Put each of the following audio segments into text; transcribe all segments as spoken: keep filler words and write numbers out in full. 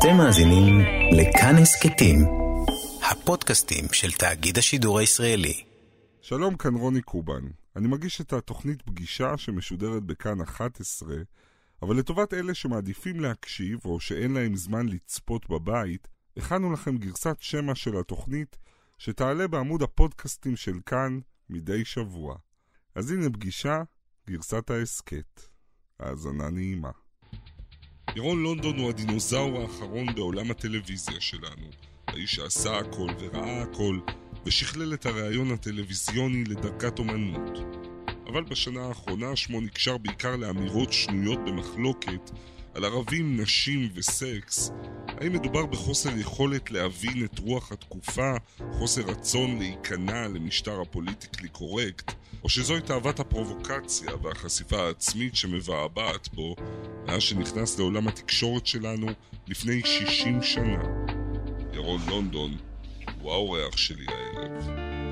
אתם מאזינים לכאן הסכתים, הפודקאסטים של תאגיד השידור הישראלי. שלום, כאן רוני קובן. אני מגיש את התוכנית פגישה שמשודרת בכאן אחת עשרה, אבל לטובת אלה שמעדיפים להקשיב או שאין להם זמן לצפות בבית, הכנו לכם גרסת שמע של התוכנית שתעלה בעמוד הפודקאסטים של כאן מדי שבוע. אז הנה פגישה, גרסת ההסכת. האזנה נעימה. ירון לונדון הוא הדינוזאור האחרון בעולם הטלוויזיה שלנו. האיש שעשה הכל וראה הכל ושכלל את הרעיון הטלוויזיוני לדרכת אומנות. אבל בשנה האחרונה שמו נקשר בעיקר לאמירות שנויות במחלוקת על ערבים, נשים וסקס. האם מדובר בחוסר יכולת להבין את רוח התקופה, חוסר רצון להיכנע למשטר הפוליטיקלי קורקט, או שזוהי תאוות הפרובוקציה והחשיפה העצמית שמבעבעת בו מאז שנכנס לעולם התקשורת שלנו לפני שישים שנה. ירון לונדון הוא האורח שלי הערב.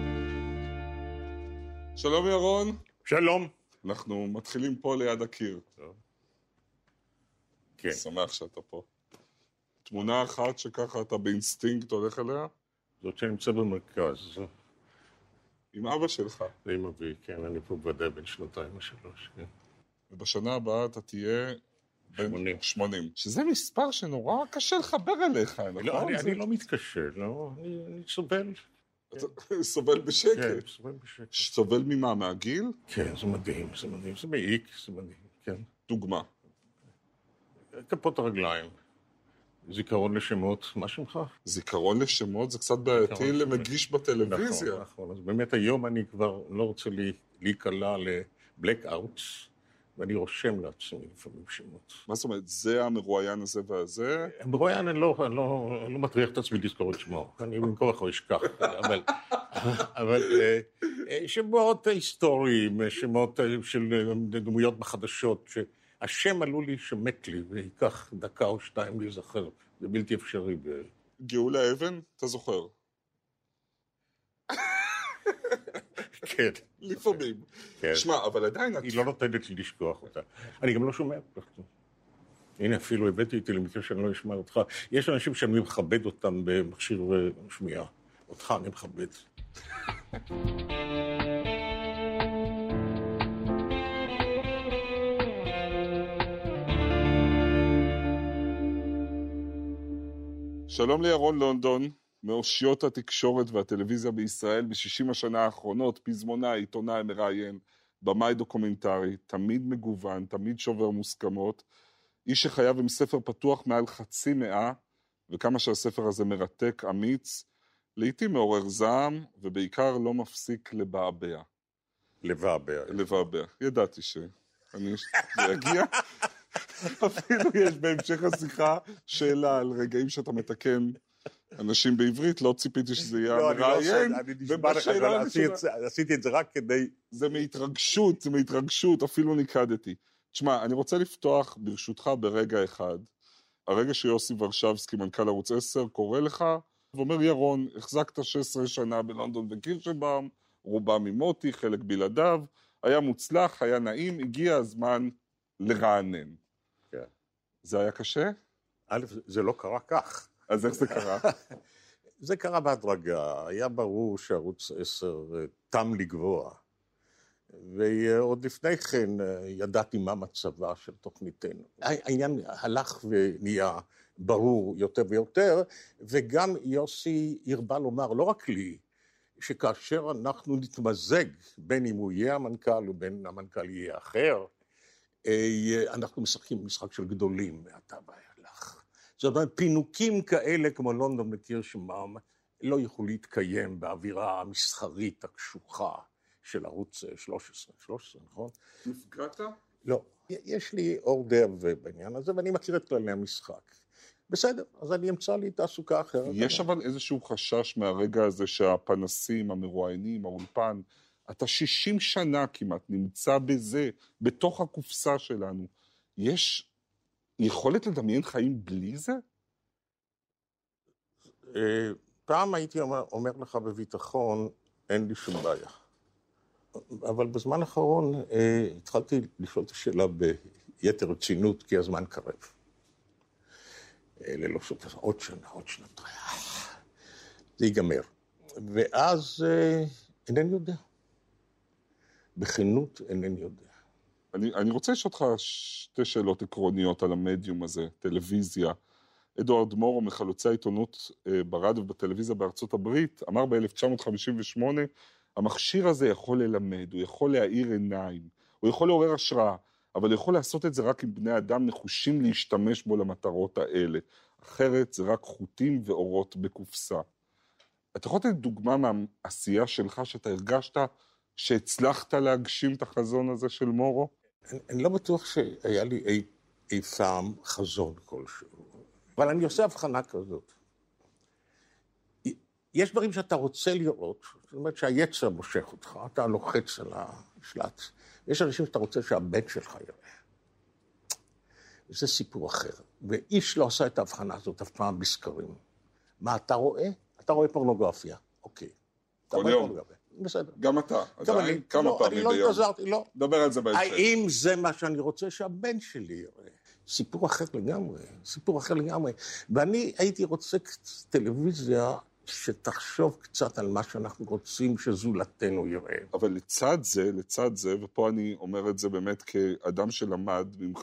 שלום ירון. שלום. אנחנו מתחילים פה ליד הקיר. טוב. כן. שמח שאתה פה. תמונה אחת שככה אתה באינסטינקט הולך אליה? זאת שנמצא במרכז. עם אבא שלך. זה עם אבי, כן, אני פה בוודאי בין שנתיים או שלוש, כן. ובשנה הבאה אתה תהיה... שמונים. שמונים. שזה מספר שנורא קשה לחבר אליך, נכון? לא, אני, אני לא מתקשה, לא, אני, אני סובל. אתה סובל בשקט? כן, סובל בשקט. סובל ממה, מהגיל? כן, זה מדהים, זה מדהים, זה מעיק, זה מדהים, כן. דוגמה. כפות הרגליים. זיכרון לשמות, מה שמך? זיכרון לשמות זה קצת בעייתי למגיש בטלוויזיה. נכון, נכון. אז באמת היום אני כבר לא רוצה להיקלע לבלק אאוטס, ואני רושם לעצמי לפעמים שמות. מה זאת אומרת? זה המרואיין הזה והזה? המרואיין אני לא, אני לא, אני לא מטריח את עצמי לזכור את שמו. אני במקום אחר אשכח. אבל, אבל שמות היסטוריים, שמות של דמויות בחדשות, שהשם עלול לי שמת לי, ויקח דקה או שתיים להיזכר. זה בלתי אפשרי. גאולה אבן? אתה זוכר? כן. לפעמים. כן. שמע, אבל עדיין... היא לא נותנת לי לשכוח אותה. אני גם לא שומע אותך. הנה, אפילו הבאתי איתי למקרה שאני לא אשמע אותך. יש אנשים שאני מכבד אותם במכשיר שמיעה. אותך אני מכבד. שלום לירון לונדון. מאושיות התקשורת והטלוויזיה בישראל ב-שישים השנה האחרונות, פזמונה, עיתונאי, מראיין, במאי דוקומנטרי, תמיד מגוון, תמיד שובר מוסכמות, איש שחייב עם ספר פתוח מעל חצי מאה, וכמה שהספר הזה מרתק, אמיץ, לעתים מעורר זעם, ובעיקר לא מפסיק לבעבע. לבעבע. לבעבע. ידעתי שאני אגיע. אפילו יש בהמשך השיחה שאלה על רגעים שאתה מתקן אנשים בעברית, לא ציפיתי שזה יהיה מראיין. אני נשמע לך, אבל עשיתי את זה רק כדי... זה מהתרגשות, זה מהתרגשות, אפילו ניקדתי. תשמע, אני רוצה לפתוח ברשותך ברגע אחד. הרגע שיוסי ורשבסקי, מנכ"ל ערוץ עשר, קורא לך, ואומר, ירון, החזקת שש עשרה שנה בלונדון וקירשנבאום, רובם ממותי, חלק בלעדיו, היה מוצלח, היה נעים, הגיע הזמן לרענן. כן. זה היה קשה? א', זה לא קרה כך. אז איך זה קרה? זה קרה בהדרגה. היה ברור שערוץ עשר תם לגבוה. ועוד לפני כן ידעתי מה מצבה של תוכניתנו. העניין הלך ונהיה ברור יותר ויותר, וגם יוסי הרבה לומר, לא רק לי, שכאשר אנחנו נתמזג, בין אם הוא יהיה המנכ"ל ובין המנכ"ל יהיה אחר, אנחנו משחקים משחק של גדולים מעתה ואילך. זאת אומרת, פינוקים כאלה כמו לונדון וקירשנבאום לא יכולו להתקיים באווירה המסחרית הקשוחה של ערוץ שלוש עשרה, שלוש עשרה, נכון? נפגעת? לא. יש לי אור די עבה בעניין הזה, ואני מכיר את כללי המשחק. בסדר, אז אני אמצא לי תעסוקה אחרת. יש אבל איזשהו חשש מהרגע הזה שהפנסים, המרואיינים, האולפן, אתה שישים שנה כמעט נמצא בזה, בתוך הקופסה שלנו. יש יכולת לדמיין חיים בלי זה? פעם הייתי אומר, אומר לך בביטחון, אין לי שום בעיה. אבל בזמן האחרון התחלתי לשאול את השאלה ביתר רצינות, כי הזמן קרב. ללא סוף, עוד שנה, עוד שנתיים. זה ייגמר. ואז אה, אינני יודע. בכנות אינני יודע. אני, אני רוצה לשאול אותך שתי שאלות עקרוניות על המדיום הזה, טלוויזיה. אדוארד מורו, מחלוצי העיתונות ברדיו ובטלוויזיה בארצות הברית, אמר ב-אלף תשע מאות חמישים ושמונה, המכשיר הזה יכול ללמד, הוא יכול להאיר עיניים, הוא יכול לעורר השראה, אבל הוא יכול לעשות את זה רק אם בני אדם נחושים להשתמש בו למטרות האלה. אחרת זה רק חוטים ואורות בקופסה. אתה יכול לתת דוגמה מהעשייה שלך שאתה הרגשת שהצלחת להגשים את החזון הזה של מורו? אני, אני לא בטוח שהיה לי אי, אי פעם חזון כלשהו, אבל אני עושה הבחנה כזאת. יש דברים שאתה רוצה לראות, זאת אומרת שהיצר מושך אותך, אתה לוחץ על השלט. יש אנשים שאתה רוצה שהבן שלך יראה. זה סיפור אחר, ואיש לא עשה את ההבחנה הזאת אף פעם בסקרים. מה אתה רואה? אתה רואה פורנוגרפיה, אוקיי. כל יום. בסדר. גם אתה. גם אני. כמה פעמים ביום. אני לא התעזרתי, לא. דבר על זה בהמשך. האם זה מה שאני רוצה שהבן שלי יראה? סיפור אחר לגמרי, סיפור אחר לגמרי. ואני הייתי רוצה טלוויזיה שתחשוב קצת על מה שאנחנו רוצים שזולתנו יראה. אבל לצד זה, לצד זה, ופה אני אומר את זה באמת כאדם שלמד ממך,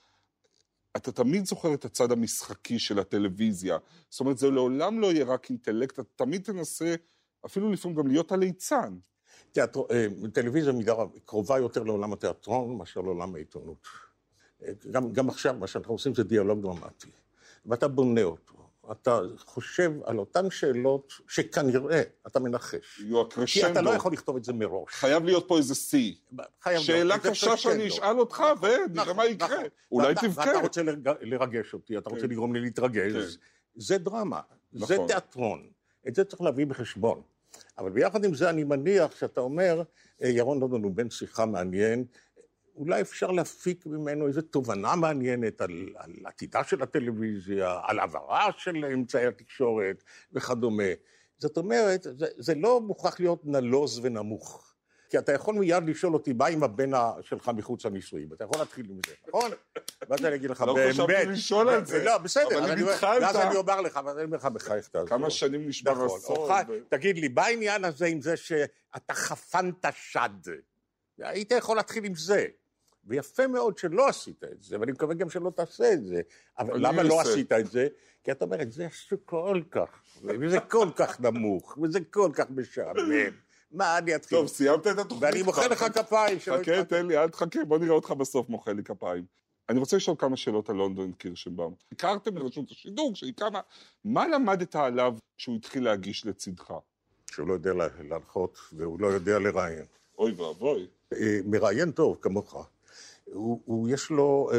אתה תמיד זוכר את הצד המשחקי של הטלוויזיה. זאת אומרת, זה לעולם לא יהיה רק אינטלקט, אתה תמיד תנסה, אפילו לפעמים גם להיות הליצן. תיאטר... טלוויזיה מידה קרובה יותר לעולם התיאטרון, מאשר לעולם העיתונות. גם, גם עכשיו, מה שאנחנו עושים זה דיאלוג דרמטי. ואתה בונה אותו. אתה חושב על אותן שאלות שכנראה אתה מנחש. כי אתה לא יכול לכתוב את זה מראש. חייב להיות פה איזה סי. שאלה קשה שאני אשאל אותך, ונראה מה יקרה. אולי תבכה. ואתה רוצה לרגש אותי, אתה רוצה לגרום לי להתרגש. זה דרמה, זה תיאטרון. את זה צריך להביא בחשבון. אבל ביחד עם זה אני מניח שאתה אומר, ירון לונדון הוא בן שיחה מעניין, אולי אפשר להפיק ממנו איזו תובנה מעניינת על, על עתידה של הטלוויזיה, על עברה של אמצעי התקשורת וכדומה. זאת אומרת, זה, זה לא מוכרח להיות נלוז ונמוך. כי אתה יכול מיד לשאול אותי, מה עם הבן שלך מחוץ לנישואים? אתה יכול להתחיל עם זה, נכון? ואז אני אגיד לך, באמת... לא חשבתי לשאול על זה. לא, בסדר. אבל אם התחלת... ואז אני אומר לך, ואז אני אומר לך, בחייך תעזור. כמה שנים נשבר הסוד. תגיד לי, בעניין הזה עם זה שאתה חפנת שד? היית יכול להתחיל עם זה. ויפה מאוד שלא עשית את זה, ואני מקווה גם שלא תעשה את זה. אבל למה לא עשית את זה? כי אתה אומר, זה עשו כל כך, וזה כל כך נמוך, וזה כל כך משעמם. מה אני אתחיל? טוב, סיימת את התוכנית. ואני מוחא לך כפיים. חכה, תן לי, אל תחכה, בוא נראה אותך בסוף מוחא לי כפיים. אני רוצה לשאול כמה שאלות על לונדון קירשנבאום. הכרתם לרשות השידור, כשהיא קמה, מה למדת עליו שהוא התחיל להגיש לצדך? שהוא לא יודע להנחות, והוא לא יודע לראיין. אוי ואבוי. מראיין טוב, כמוך. הוא יש לו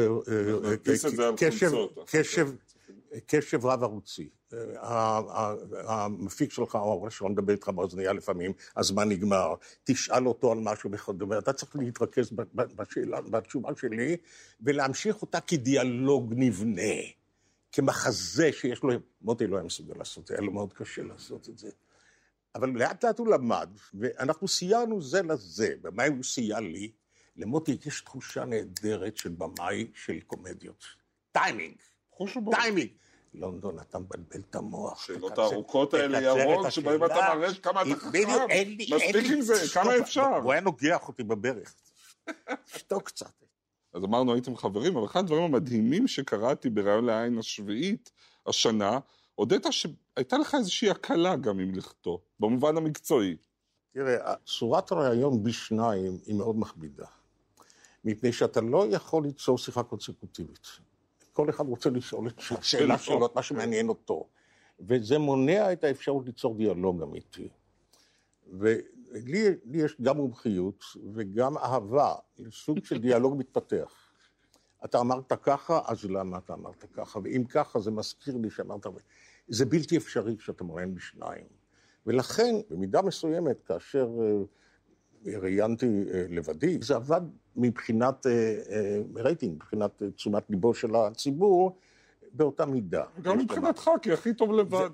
קשב רב ערוצי. המפיק שלך, או שלא מדבר איתך באוזניה לפעמים, הזמן נגמר, תשאל אותו על משהו וכדומה, אתה צריך להתרכז בתשובה שלי, ולהמשיך אותה כדיאלוג נבנה, כמחזה שיש לו, מוטי לא היה מסוגל לעשות, היה לו מאוד קשה לעשות את זה. אבל לאט לאט הוא למד, ואנחנו סייענו זה לזה, במה הוא סייע לי? למוטי יש תחושה נהדרת של במאי של קומדיות. טיימינג. טיימינג. לונדון, אתה מבלבל את המוח. שאלות הארוכות האלה, ירון, שבהם אתה מראה כמה אתה חכם. מספיק עם זה, כמה אפשר. הוא היה נוגח אותי בברך. שתוק קצת. אז אמרנו, הייתם חברים, אבל אחד הדברים המדהימים שקראתי ברעיון לעין השביעית, השנה, הודית שהייתה לך איזושהי הקלה גם עם לכתו, במובן המקצועי. תראה, צורת הרעיון בשניים היא מאוד מכבידה. מפני שאתה לא יכול ליצור שיחה קונסקוטיבית. כל אחד רוצה לשאול את שאלה שלו, את מה שמעניין אותו. וזה מונע את האפשרות ליצור דיאלוג אמיתי. ולי יש גם מומחיות וגם אהבה, סוג של דיאלוג מתפתח. אתה אמרת ככה, אז למה אתה אמרת ככה? ואם ככה, זה מזכיר לי שאמרת... זה בלתי אפשרי כשאתה מראיין בשניים. ולכן, במידה מסוימת, כאשר ראיינתי לבדי, זה עבד מבחינת רייטינג, מבחינת תשומת ליבו של הציבור, באותה מידה. גם מבחינתך, כי הכי טוב לבד.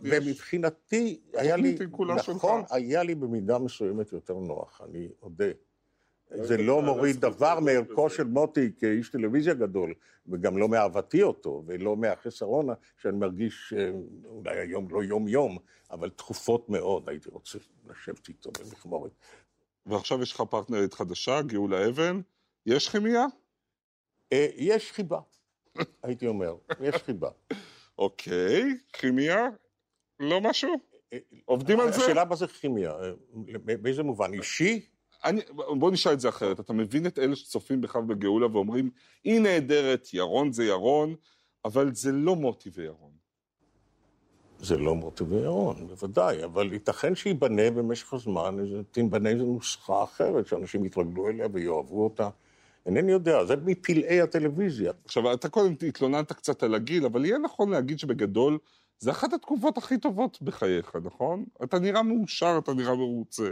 ומבחינתי, היה לי, נכון, היה לי במידה מסוימת יותר נוח, אני אודה. זה לא מוריד דבר מערכו של מוטי כאיש טלוויזיה גדול, וגם לא מאהבתי אותו, ולא מהחסרון שאני מרגיש אולי היום לא יום-יום, אבל תכופות מאוד, הייתי רוצה לשבת איתו במכמורת. ועכשיו יש לך פרטנרית חדשה, גאולה אבן, יש כימיה? יש חיבה, הייתי אומר, יש חיבה. אוקיי, כימיה? לא משהו? עובדים על זה? השאלה מה זה כימיה, באיזה מובן, אישי? אני, בוא נשאל את זה אחרת, אתה מבין את אלה שצופים בך בגאולה ואומרים, היא נהדרת, ירון זה ירון, אבל זה לא מוטי וירון. זה לא מוטי וירון, בוודאי, אבל ייתכן שיבנה במשך הזמן, תנבנה איזו נוסחה אחרת, שאנשים יתרגלו אליה ויאהבו אותה. אינני יודע, זה מפלאי הטלוויזיה. עכשיו, אתה קודם התלוננת קצת על הגיל, אבל יהיה נכון להגיד שבגדול, זה אחת התקופות הכי טובות בחייך, נכון? אתה נראה מאושר, אתה נראה מרוצה.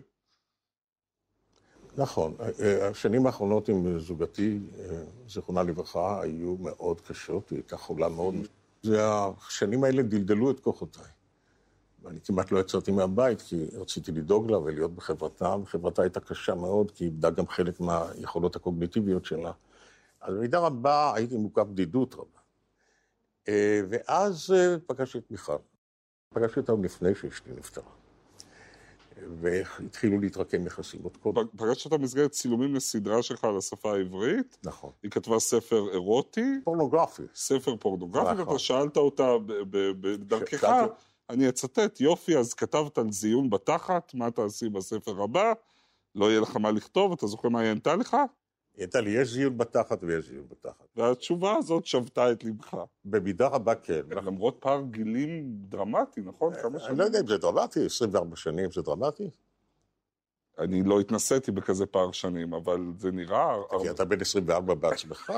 נכון, השנים האחרונות עם זוגתי, זיכרונה לברכה, היו מאוד קשות, היא הייתה חולה מאוד. השנים האלה דלדלו את כוחותיי. ואני כמעט לא יצאתי מהבית, כי רציתי לדאוג לה ולהיות בחברתה, וחברתה הייתה קשה מאוד, כי היא איבדה גם חלק מהיכולות הקוגניטיביות שלה. אז במידה רבה הייתי מוקף בדידות רבה. ואז פגשתי את מיכל. פגשתי אותה לפני שאשתי נפטרה. והתחילו להתרקם יחסים עוד קודם. פגשת אותה במסגרת צילומים לסדרה שלך על השפה העברית. נכון. היא כתבה ספר אירוטי. פורנוגרפי. ספר פורנוגרפי, ואתה שאלת אותה בדרכך, אני אצטט, יופי, אז כתבת על זיון בתחת, מה תעשי בספר הבא, לא יהיה לך מה לכתוב, אתה זוכר מה היא ענתה לך? היא ענתה לי, יש זיון בתחת ויש זיון בתחת. והתשובה הזאת שבתה את לבך. במידה רבה כן. למרות פער גילים דרמטי, נכון? אני לא יודע אם זה דרמטי, עשרים וארבע שנים זה דרמטי. אני לא התנסיתי בכזה פער שנים, אבל זה נראה... כי אתה בן עשרים וארבע בעצמך.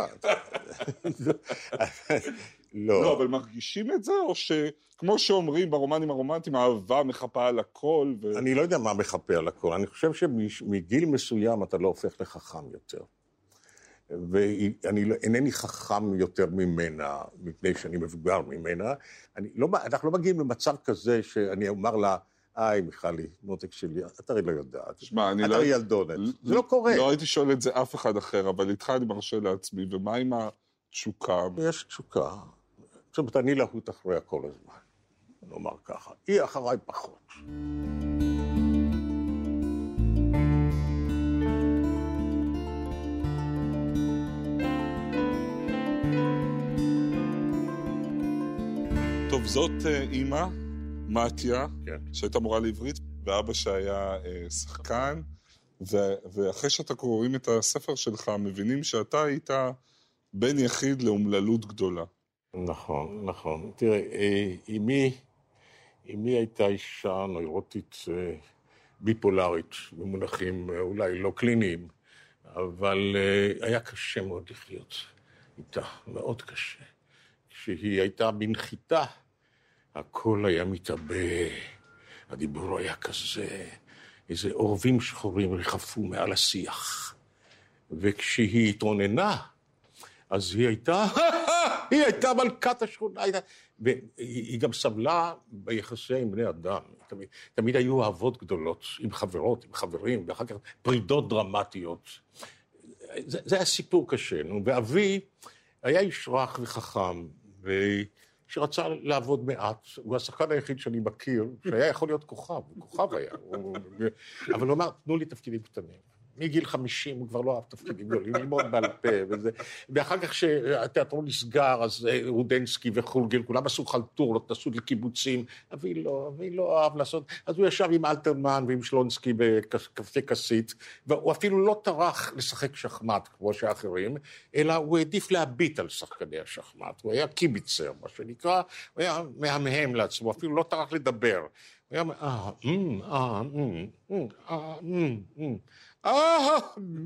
לא. לא, אבל מרגישים את זה, או שכמו שאומרים ברומנים הרומנטיים, האהבה מחפה על הכל? אני לא יודע מה מחפה על הכל. אני חושב שמגיל מסוים אתה לא הופך לחכם יותר. ואני אינני חכם יותר ממנה, מפני שאני מבוגר ממנה. אנחנו לא מגיעים למצב כזה שאני אומר לה, היי, מיכלי, מותק שלי, אתה הרי לא יודעת. שמה, אני אתה לא... ילדונת. זה לא קורה. לא הייתי שואל את זה אף אחד אחר, אבל איתך אני מרשה לעצמי, ומה עם התשוקה? יש תשוקה. זאת אומרת, אני להוט אחריה כל הזמן. נאמר ככה. היא אחריי פחות. טוב, זאת אימא, מתיה, כן. שהייתה מורה לעברית, ואבא שהיה אה, שחקן, ו- ואחרי שאתה קוראים את הספר שלך, מבינים שאתה היית בן יחיד לאומללות גדולה. נכון, נכון. תראה, אמי, אמי הייתה אישה נוירוטית ביפולרית, במונחים אולי לא קליניים, אבל היה קשה מאוד לחיות איתה, מאוד קשה. כשהיא הייתה בנחיתה, הכל היה מתאבא, הדיבור היה כזה, איזה עורבים שחורים ריחפו מעל השיח. וכשהיא התרוננה, אז היא הייתה, היא הייתה מלכת השכונה, והיא גם סבלה ביחסי עם בני אדם. תמיד, תמיד היו אהבות גדולות, עם חברות, עם חברים, ואחר כך פרידות דרמטיות. זה, זה היה סיפור קשה, נו, ואבי היה איש רך וחכם, שרצה לעבוד מעט, הוא השחקן היחיד שאני מכיר, שהיה יכול להיות כוכב, כוכב היה, אבל הוא אמר, תנו לי תפקידים קטנים. מגיל חמישים הוא כבר לא אהב תפקידים גדולים, ללמוד בעל פה וזה. ואחר כך שהתיאטרון נסגר, אז רודנסקי וחולגל, כולם עשו חלטורות, נסעו לקיבוצים, אבי לא, אבי לא אהב לעשות. אז הוא ישב עם אלתרמן ועם שלונסקי בקפה כסית, והוא אפילו לא טרח לשחק שחמט כמו שאחרים, אלא הוא העדיף להביט על שחקני השחמט. הוא היה קיביצר, מה שנקרא, הוא היה מהמהם לעצמו, אפילו לא טרח לדבר. הוא היה, אה, אה, אה, אה,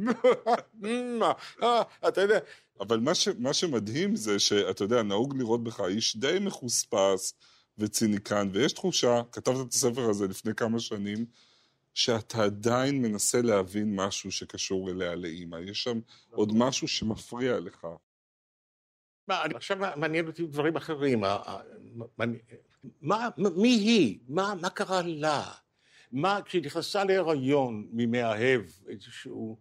אה, אתה יודע. אבל מה, ש, מה שמדהים זה שאתה יודע, נהוג לראות בך איש די מחוספס וציניקן, ויש תחושה, כתבת את הספר הזה לפני כמה שנים, שאתה עדיין מנסה להבין משהו שקשור אליה לאמא. יש שם עוד משהו שמפריע לך. מה, עכשיו מעניין אותי דברים אחרים. מה, מי היא? מה, מה קרה לה? מה, כשהיא נכנסה להיריון ממאהב, איזשהו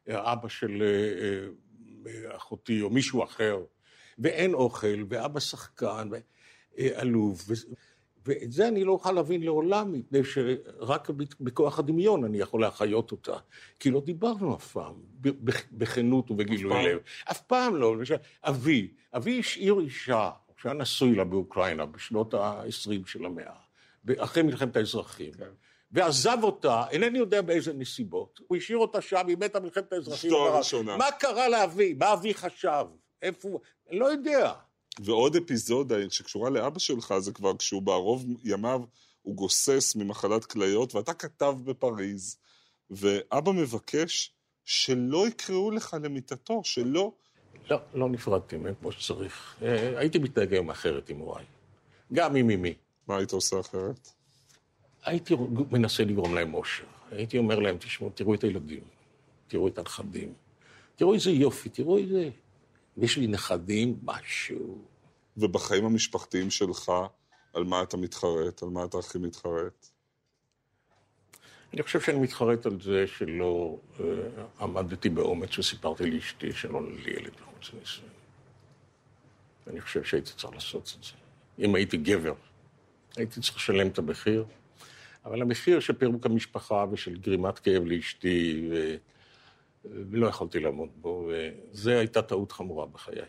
אבא של אחותי או מישהו אחר, ואין אוכל, ואבא שחקן, ועלוב, ואת זה אני לא אוכל להבין לעולם, מפני שרק בכוח הדמיון אני יכול להחיות אותה, כי לא דיברנו אף פעם, בכנות ובגילוי לב. אף פעם לא. אבי, אבי השאיר אישה, שהיה נשוי לה באוקראינה, בשנות ה-עשרים של המאה, אחרי מלחמת האזרחים. ועזב אותה, אינני יודע באיזה נסיבות, הוא השאיר אותה שם, היא מתה מלחמת האזרחים. מה קרה לאבי? מה אבי חשב? איפה? אני לא יודע. ועוד אפיזודה שקשורה לאבא שלך, זה כבר כשהוא בערוב ימיו, הוא גוסס ממחלת כליות, ואתה כתב בפריז, ואבא מבקש שלא יקראו לך למיטתו, שלא... לא, לא נפרדתי מהם כמו שצריך. הייתי מתנהג היום אחרת עם הוריי. גם עם אמי. מה היית עושה אחרת? הייתי מנסה לגרום להם אושר. הייתי אומר להם, תשמעו, תראו את הילדים, תראו את הנכדים, תראו איזה יופי, תראו איזה... יש לי נכדים, משהו. ובחיים המשפחתיים שלך, על מה אתה מתחרט? על מה אתה הכי מתחרט? אני חושב שאני מתחרט על זה שלא uh, עמדתי באומץ וסיפרתי לאשתי שלא לי ילד בחוץ לישראל. אני חושב שהייתי צריך לעשות את זה. אם הייתי גבר, הייתי צריך לשלם את המחיר, אבל המחיר של פירוק המשפחה ושל גרימת כאב לאשתי, ו... ולא יכולתי לעמוד בו, וזו הייתה טעות חמורה בחיי.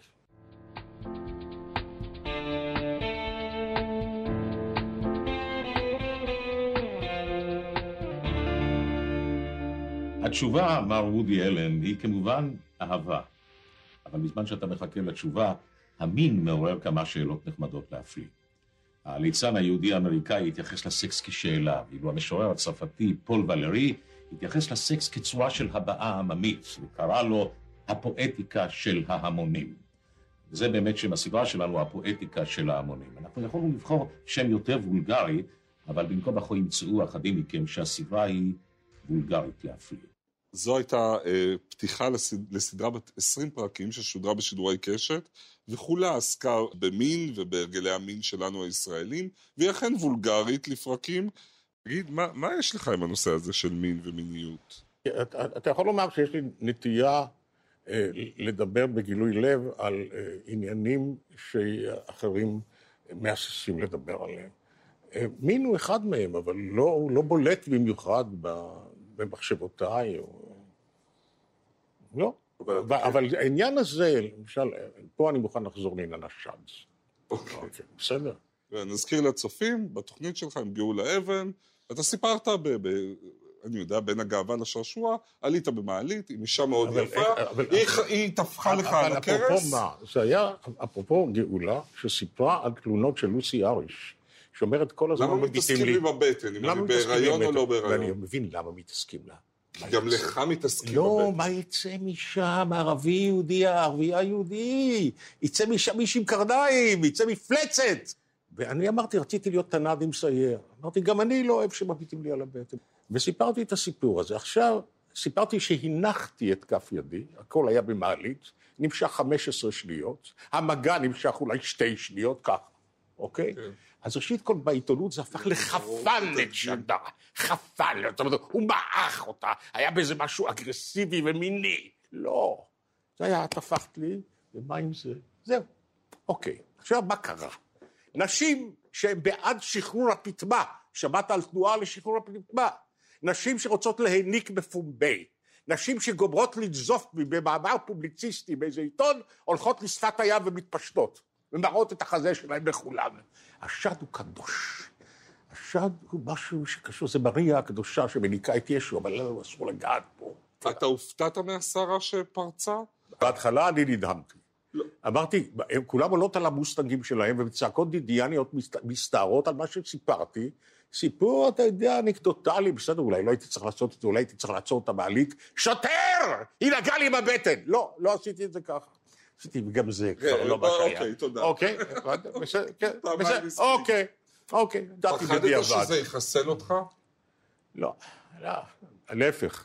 התשובה, אמר וודי אלן, היא כמובן אהבה. אבל בזמן שאתה מחכה לתשובה, המין מעורר כמה שאלות נחמדות להפליא. הליצן היהודי האמריקאי התייחס לסקס כשאלה, ואילו המשורר הצרפתי פול ולרי התייחס לסקס כצורה של הבעה עממית, וקרא לו הפואטיקה של ההמונים. וזה באמת שם הסדרה שלנו, הפואטיקה של ההמונים. אנחנו יכולנו לבחור שם יותר וולגרי, אבל במקום אנחנו ימצאו אחדים מכם שהסדרה היא וולגרית להפליא. זו הייתה אה, פתיחה לסד... לסדרה בת עשרים פרקים ששודרה בשידורי קשת, וכולה עסקה במין ובהרגלי המין שלנו הישראלים, והיא אכן וולגרית לפרקים. תגיד, מה, מה יש לך עם הנושא הזה של מין ומיניות? אתה, אתה יכול לומר שיש לי נטייה אה, לדבר בגילוי לב על אה, עניינים שאחרים מאססים לדבר עליהם. אה, מין הוא אחד מהם, אבל לא, הוא לא בולט במיוחד במחשבותיי. או... לא. אבל, אבל העניין הזה, למשל, פה אני מוכן לחזור לעניין השאנץ. אוקיי. אוקיי, בסדר. ונזכיר לצופים, בתוכנית שלך עם גאולה אבן, אתה סיפרת, ב, ב, אני יודע, בין הגאווה לשעשוע, עלית במעלית, עם אישה מאוד אבל, יפה, אבל, היא, אבל, היא תפחה לך על הקרס. אבל אפרופו מה? זה היה, אפרופו גאולה, שסיפרה על תלונות של לוסי אריש, שאומרת כל הזמן למה מתעסקים לי בבטן, אם אני בהיריון או לא בהיריון? ואני מבין למה מתעסקים לה. גם לך מתעסקים לא, בבטן. מה יצא משם, ערבי יהודי, ערבי היהודי, יצא משם איש עם קרניים, יצא מפלצת. ואני אמרתי, רציתי להיות תנד עם סייר. אמרתי, גם אני לא אוהב שמביטים לי על הבטן. וסיפרתי את הסיפור הזה. עכשיו, סיפרתי שהנחתי את כף ידי, הכל היה במעלית, נמשך חמש עשרה שניות, המגע נמשך אולי שתי שניות, ככה, אוקיי? כן. אז ראשית כל בעיתונות זה הפך לחפן את שדה, חפן, זאת אומרת, הוא מעך אותה, היה באיזה משהו אגרסיבי ומיני. לא, זה היה, את הפכת לי, ומה עם זה? זהו, אוקיי. עכשיו, מה קרה? נשים שהן בעד שחרור הפטמה, שמעת על תנועה לשחרור הפטמה, נשים שרוצות להעניק בפומבי, נשים שגומרות לנזוף במאמר פובליציסטי באיזה עיתון, הולכות לשפת הים ומתפשטות, ומראות את החזה שלהם לכולם. השד הוא קדוש. השד הוא משהו שקשור, זה מריה הקדושה שמניקה את ישו, אבל לא אסור לגעת פה. אתה הופתעת מהסערה שפרצה? בהתחלה אני נדהמתי. לא. אמרתי, הם כולם עולות על המוסטנגים שלהם, ובצעקות דידיאניות מסתערות על מה שסיפרתי, סיפור, אתה יודע, אנקדוטלי, בסדר, אולי לא הייתי צריך לעשות את זה, אולי הייתי צריך לעצור את המעלית, שוטר! היא נגעה לי בבטן! לא, לא עשיתי את זה ככה. עשיתי, וגם זה כבר לא מה שהיה. אוקיי, תודה. אוקיי, בסדר, אוקיי, אוקיי, דעתי בדיעבד. פחדת שזה יחסל אותך? לא, לא, להפך.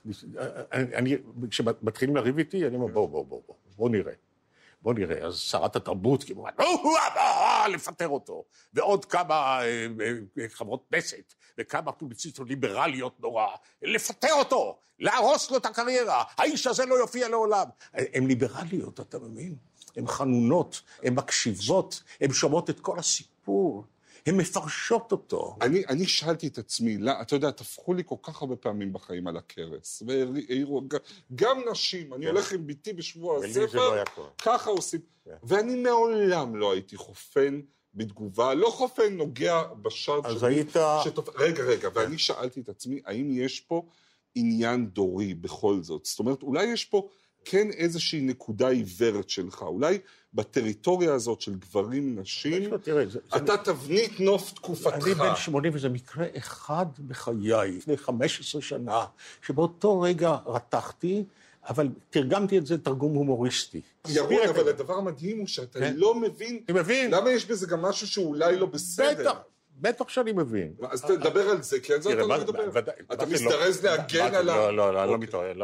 כשמתחילים לריב איתי, אני אומר, בוא, בוא, בוא, בוא נראה. בוא נראה, אז שרת התרבות, כמו, נורא לפטר אותו. ועוד כמה חברות כנסת, וכמה פובליציסטיות ליברליות נורא, לפטר אותו, להרוס לו את הקריירה, האיש הזה לא יופיע לעולם. הן ליברליות, אתה מבין? הן חנונות, הן מקשיבות, הן שומעות את כל הסיפור. הן מפרשות אותו. אני, אני שאלתי את עצמי, לא, אתה יודע, תפכו לי כל כך הרבה פעמים בחיים על הכרס, והעירו, גם נשים, אני הולך עם ביתי בשבוע הספר, ככה עושים, ואני מעולם לא הייתי חופן בתגובה, לא חופן נוגע בשד אז היית... רגע, רגע, ואני שאלתי את עצמי, האם יש פה עניין דורי בכל זאת? זאת אומרת, אולי יש פה כן איזושהי נקודה עיוורת שלך, אולי בטריטוריה הזאת של גברים נשים, אתה תבנית נוף תקופתך. אני בן שמונים, וזה מקרה אחד בחיי, לפני חמש עשרה שנה, שבאותו רגע רתחתי, אבל תרגמתי את זה תרגום הומוריסטי. ירון, אבל הדבר המדהים הוא שאתה לא מבין, למה יש בזה גם משהו שאולי לא בסדר. בטח, בטח שאני מבין. אז תדבר על זה, כי על זה אתה לא מדבר. אתה מסתרז להגן על ה... לא, לא, אני לא מתערב,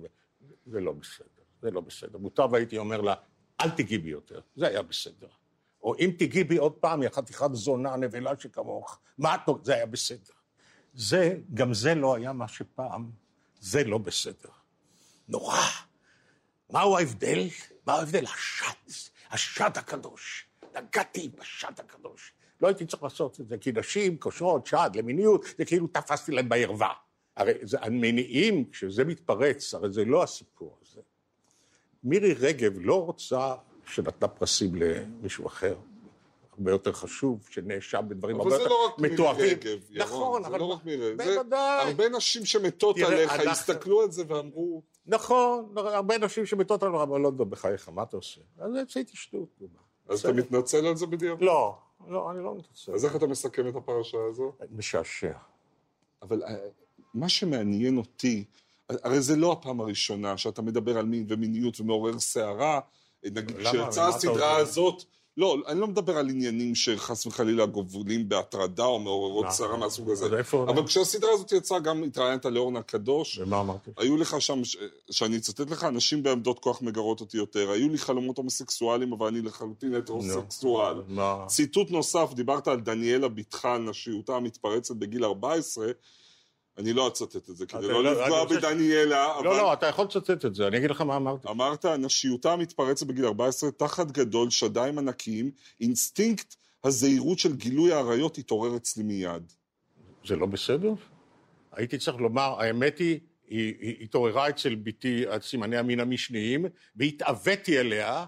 זה לא בסדר, זה לא בסדר. מותר והייתי אומר לה, אל תגיעי בי יותר, זה היה בסדר. או אם תגיעי בי עוד פעם, היא חתיכת זונה, נבלה שכמוך, מה את... זה היה בסדר. זה, גם זה לא היה מה שפעם, זה לא בסדר. נורא. מהו ההבדל? מהו ההבדל? השד, השד הקדוש. נגעתי בשד הקדוש. לא הייתי צריך לעשות את זה, כי נשים, כושרות, שד, למיניות, זה כאילו תפסתי להם בערווה. הרי זה, המניעים, כשזה מתפרץ, הרי זה לא הסיפור הזה. מירי רגב לא רוצה שנתנה פרסים למישהו אחר, הרבה יותר חשוב, שנאשם בדברים הרבה יותר מתואבים. אבל זה לא רק מירי רגב, ירון, נכון, זה אבל... לא רק מירי, בוודאי. הרבה נשים שמתות עליך, אנחנו... הסתכלו על זה ואמרו... נכון, הרבה נשים שמתות עליך, אבל לא דבר בחייך, מה אתה עושה? אז זה עשיתי שטות. אז אתה מתנצל על זה בדיוק? לא, לא, אני לא מתנצל. אז איך אתה מסכם את הפרשה הזו? משעשע. אבל מה שמעניין אותי, הרי זה לא הפעם הראשונה שאתה מדבר על מין ומיניות ומעורר שערה, נגיד כשיצאה הסדרה הזאת, לא, אני לא מדבר על עניינים שחס וחלילה גובלים בהטרדה או מעוררות שערה מהסוג הזה, אבל כשהסדרה הזאת יצאה גם התראיינת לאורנה קדוש, ומה אמרתי? היו לך שם, שאני אצטט לך, אנשים בעמדות כוח מגרות אותי יותר, היו לי חלומות הומוסקסואלים, אבל אני לחלוטין הטרוסקסואל. ציטוט נוסף, דיברת על דניאלה ביתך, נשיותה המתפרצת בגיל ארבע עשרה, אני לא אצטט את זה, כדי לא לפגוע בדניאלה. לא, לא, אתה יכול לצטט את זה, אני אגיד לך מה אמרתי. אמרת, נשיותה מתפרצת בגיל ארבע עשרה, תחת גדול, שדיים ענקיים, אינסטינקט הזהירות של גילוי העריות התעורר אצלי מיד. זה לא בסדר? הייתי צריך לומר, האמת היא, היא התעוררה אצל ביתי עד סימני המין המשניים, והתאוויתי אליה,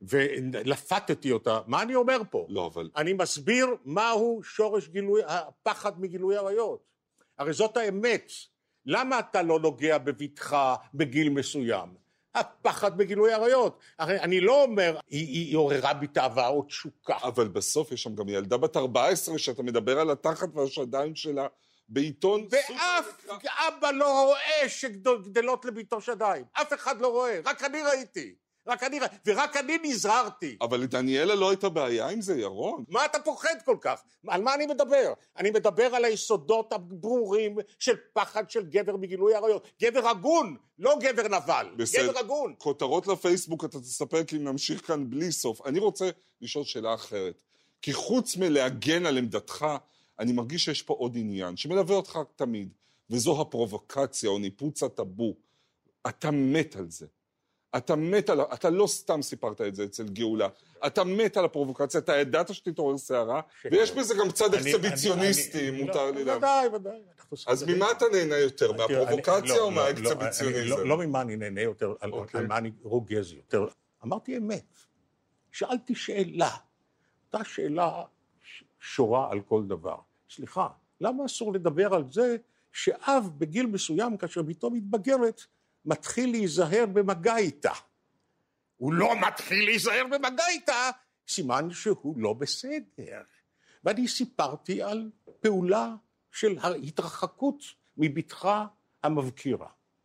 ולפתתי אותה. מה אני אומר פה? לא, אבל... אני מסביר מהו שורש גילוי, הפחד מגילוי עריות. הרי זאת האמת. למה אתה לא נוגע בביתך בגיל מסוים? הפחד בגילוי עריות. הרי אני לא אומר, היא, היא עוררה בי תאווה או תשוקה. אבל בסוף יש שם גם ילדה בת ארבע עשרה, שאתה מדבר על התחת והשדיים שלה בעיתון... ואף אבא לא רואה שגדלות לביתו שדיים. אף אחד לא רואה, רק אני ראיתי. רק אני, ורק אני נזהרתי. אבל לדניאלה לא הייתה בעיה עם זה, ירון. מה אתה פוחד כל כך? על מה אני מדבר? אני מדבר על היסודות הברורים של פחד של גבר מגילוי עריות. גבר הגון, לא גבר נבל. בסדר. גבר הגון. כותרות לפייסבוק, אתה תספר כי נמשיך כאן בלי סוף. אני רוצה לשאול שאלה אחרת. כי חוץ מלהגן על עמדתך, אני מרגיש שיש פה עוד עניין, שמלווה אותך תמיד, וזו הפרובוקציה או ניפוץ הטאבו. אתה מת על זה. אתה מת על... אתה לא סתם סיפרת את זה אצל גאולה. אתה מת על הפרובוקציה, אתה ידעת שתתעורר שערה, ויש בזה גם צד אקסביציוניסטי, מותר לי להבין. ודאי, ודאי. אז ממה אתה נהנה יותר? מהפרובוקציה או מהאקסביציוניזם? לא ממה אני נהנה יותר, על מה אני רוגז יותר. אמרתי אמת. שאלתי שאלה. אותה שאלה שורה על כל דבר. סליחה, למה אסור לדבר על זה שאב בגיל מסוים, כאשר ביתו מתבגרת, מתחיל להיזהר במגע איתה. הוא לא מתחיל להיזהר במגע איתה, סימן שהוא לא בסדר. ואני סיפרתי על פעולה של ההתרחקות מביתך המבקירה.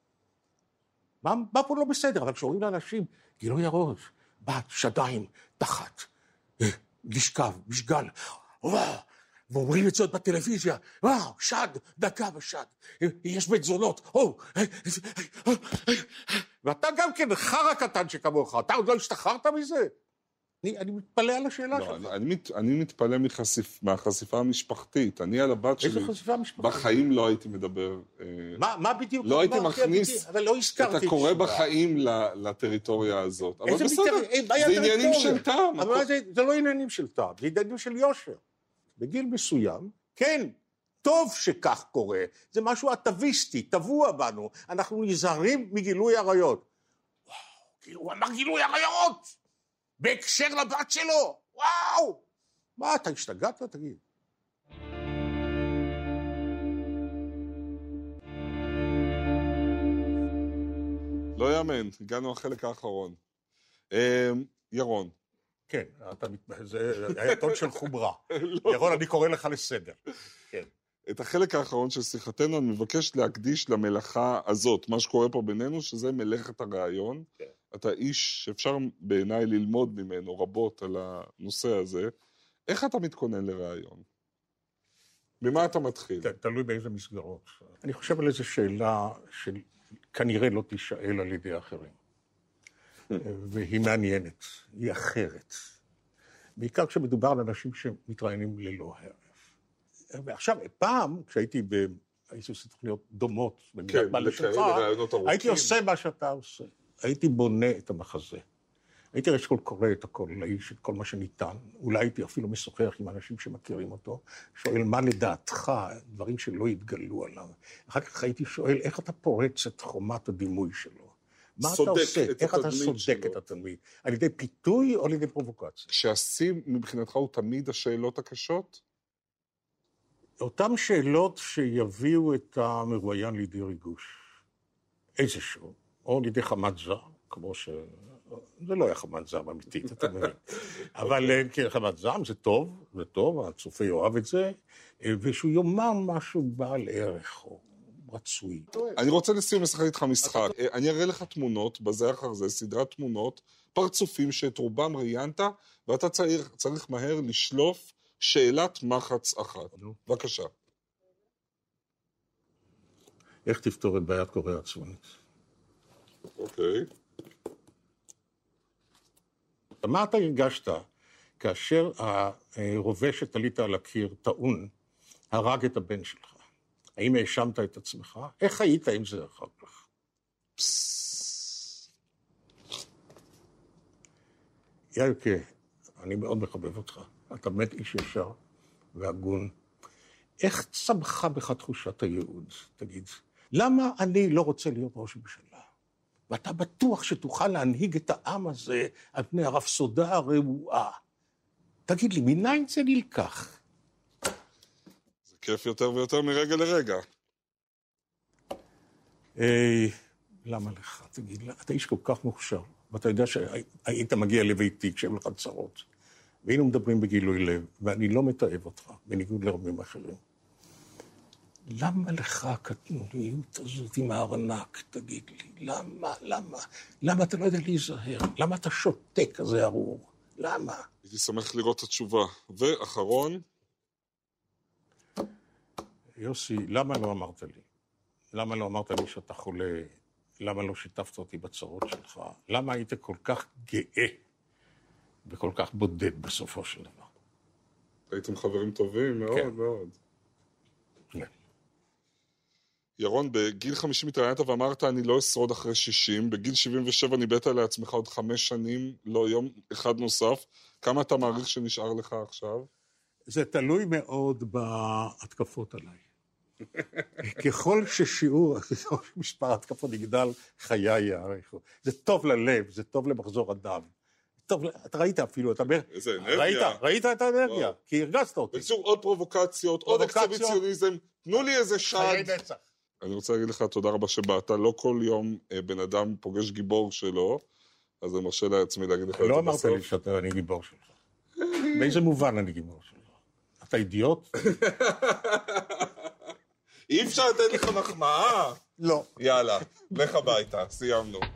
מה, מה פה לא בסדר? אבל כשאומרים לאנשים, גילוי עריות, בת, שדיים, תחת, לשכב, משגל, וואו, ואומרים את זה עוד בטלוויזיה, וואו, שד, דקה ושד, יש בית זונות, או, ואתה גם כן חרה קטן שכמוך, אתה עוד לא השתחררת מזה? אני, אני מתפלא על השאלה לא, שלך. אני, אני, מת, אני מתפלא מחשיפ, מהחשיפה המשפחתית. אני על הבת שלי... איזו חשיפה משפחתית? בחיים לא הייתי מדבר... מה, מה בדיוק? לא הייתי מכניס אבל לא הזכרתי את הקורא בחיים לטריטוריה הזאת. אבל בסדר, זה עניינים של טעם. אבל זה, זה לא עניינים של טעם, זה עניינים של יושר. בגיל מסוים, כן, טוב שכך קורה, זה משהו אטביסטי, טבוע בנו, אנחנו נזהרים מגילוי עריות. וואו, כאילו הוא אמר גילוי עריות, בהקשר לבת שלו, וואו! מה, אתה השתגעת? תגיד. לא יאמן, הגענו לחלק האחרון. ירון. כן, אתה, זה היה טון של חומרה. ירון, אני קורא לך לסדר. כן. את החלק האחרון של שיחתנו אני מבקש להקדיש למלאכה הזאת, מה שקורה פה בינינו, שזה מלאכת הרעיון. כן. אתה איש שאפשר בעיניי ללמוד ממנו רבות על הנושא הזה. איך אתה מתכונן לרעיון? ממה אתה מתחיל? תלוי באיזה מסגרות. אני חושב על איזו שאלה שכנראה לא תישאל על ידי אחרים. והיא מעניינת, היא אחרת. בעיקר כשמדובר על אנשים שמתראיינים ללא הרף. ועכשיו, פעם, כשהייתי ב... הייתי עושה תוכניות דומות, כן, לשלך, הייתי עושה מה שאתה עושה. הייתי בונה את המחזה. הייתי ראש כל קורא את הכל, לאיש את כל מה שניתן. אולי הייתי אפילו משוחח עם אנשים שמכירים אותו, שואל מה לדעתך, דברים שלא התגלו עליו. אחר כך הייתי שואל, איך אתה פורץ את חומת הדימוי שלו? מה אתה עושה? איך אתה סודק את התלמיד? על ידי פיתוי או על ידי פרובוקציה? שהשיא מבחינתך הוא תמיד השאלות הקשות? אותם שאלות שיביאו את המרואיין לידי ריגוש. איזשהו. או לידי חמת זר, כמו ש... זה לא היה חמת זעם אמיתית, אתה מבין. אבל כן, חמת זעם זה טוב, זה טוב, הצופה יאהב את זה, ושהוא יאמר משהו בעל ערך או רצוי. אני רוצה לסיום לשחק איתך משחק. אני אראה לך תמונות, בזה אחר זה, סדרת תמונות, פרצופים שאת רובם ראיינת, ואתה צריך, צריך מהר לשלוף שאלת מחץ אחת. בבקשה. איך תפתור את בעיית קוריאה הצפונית? אוקיי. מה אתה הרגשת כאשר הרובה שתלית על הקיר טעון הרג את הבן שלך? האם האשמת את עצמך? איך היית עם זה אחר כך? יאלכה, אני מאוד מחבב אותך. אתה באמת איש ישר והגון. איך צמחה בך תחושת הייעוד? תגיד, למה אני לא רוצה להיות ראש ממשלה? ואתה בטוח שתוכל להנהיג את העם הזה על פני הרפסודה הרעועה. תגיד לי, מניין זה נלקח? זה כיף יותר ויותר מרגע לרגע. היי, למה לך? תגיד, אתה איש כל כך מוכשר, ואתה יודע שהיית מגיע לביתי כשהם לך צרות, והיינו מדברים בגילוי לב, ואני לא מתאהב אותך, בניגוד לרבים אחרים. למה לך הקטנוניות הזאת עם הארנק, תגיד לי? למה, למה? למה אתה לא יודע להיזהר? למה אתה שותק כזה ארור? למה? הייתי שמח לראות את התשובה. ואחרון? יוסי, למה לא אמרת לי? למה לא אמרת לי שאתה חולה? למה לא שיתפת אותי בצרות שלך? למה היית כל כך גאה וכל כך בודד בסופו של דבר? הייתם חברים טובים מאוד כן. מאוד. כן. ירון, בגיל חמישים התראיינת ואמרת, אני לא אשרוד אחרי שישים, בגיל שבעים ושבע ניבאת לעצמך עוד חמש שנים, לא יום אחד נוסף. כמה אתה מעריך שנשאר לך עכשיו? זה תלוי מאוד בהתקפות עליי. ככל ששיעור, ככל שמספר ההתקפות יגדל, חיי יאריכו. זה טוב ללב, זה טוב למחזור הדם. טוב, אתה ראית אפילו, אתה אומר... איזה אנרגיה. ראית, ראית את האנרגיה, כי הרגזת אותי. בקיצור, עוד פרובוקציות, עוד אקסביציוניזם, תנו לי איזה שד. חיי נצח. אני רוצה להגיד לך תודה רבה שבאת, לא כל יום בן אדם פוגש גיבור שלו, אז אני מרשה לעצמי להגיד לך את זה בסוף. לא אמרת לי שאתה אני גיבור שלך. באיזה מובן אני גיבור שלך? אתה אידיוט? אי אפשר לתת לך מחמאה. לא. יאללה, לך הביתה, סיימנו.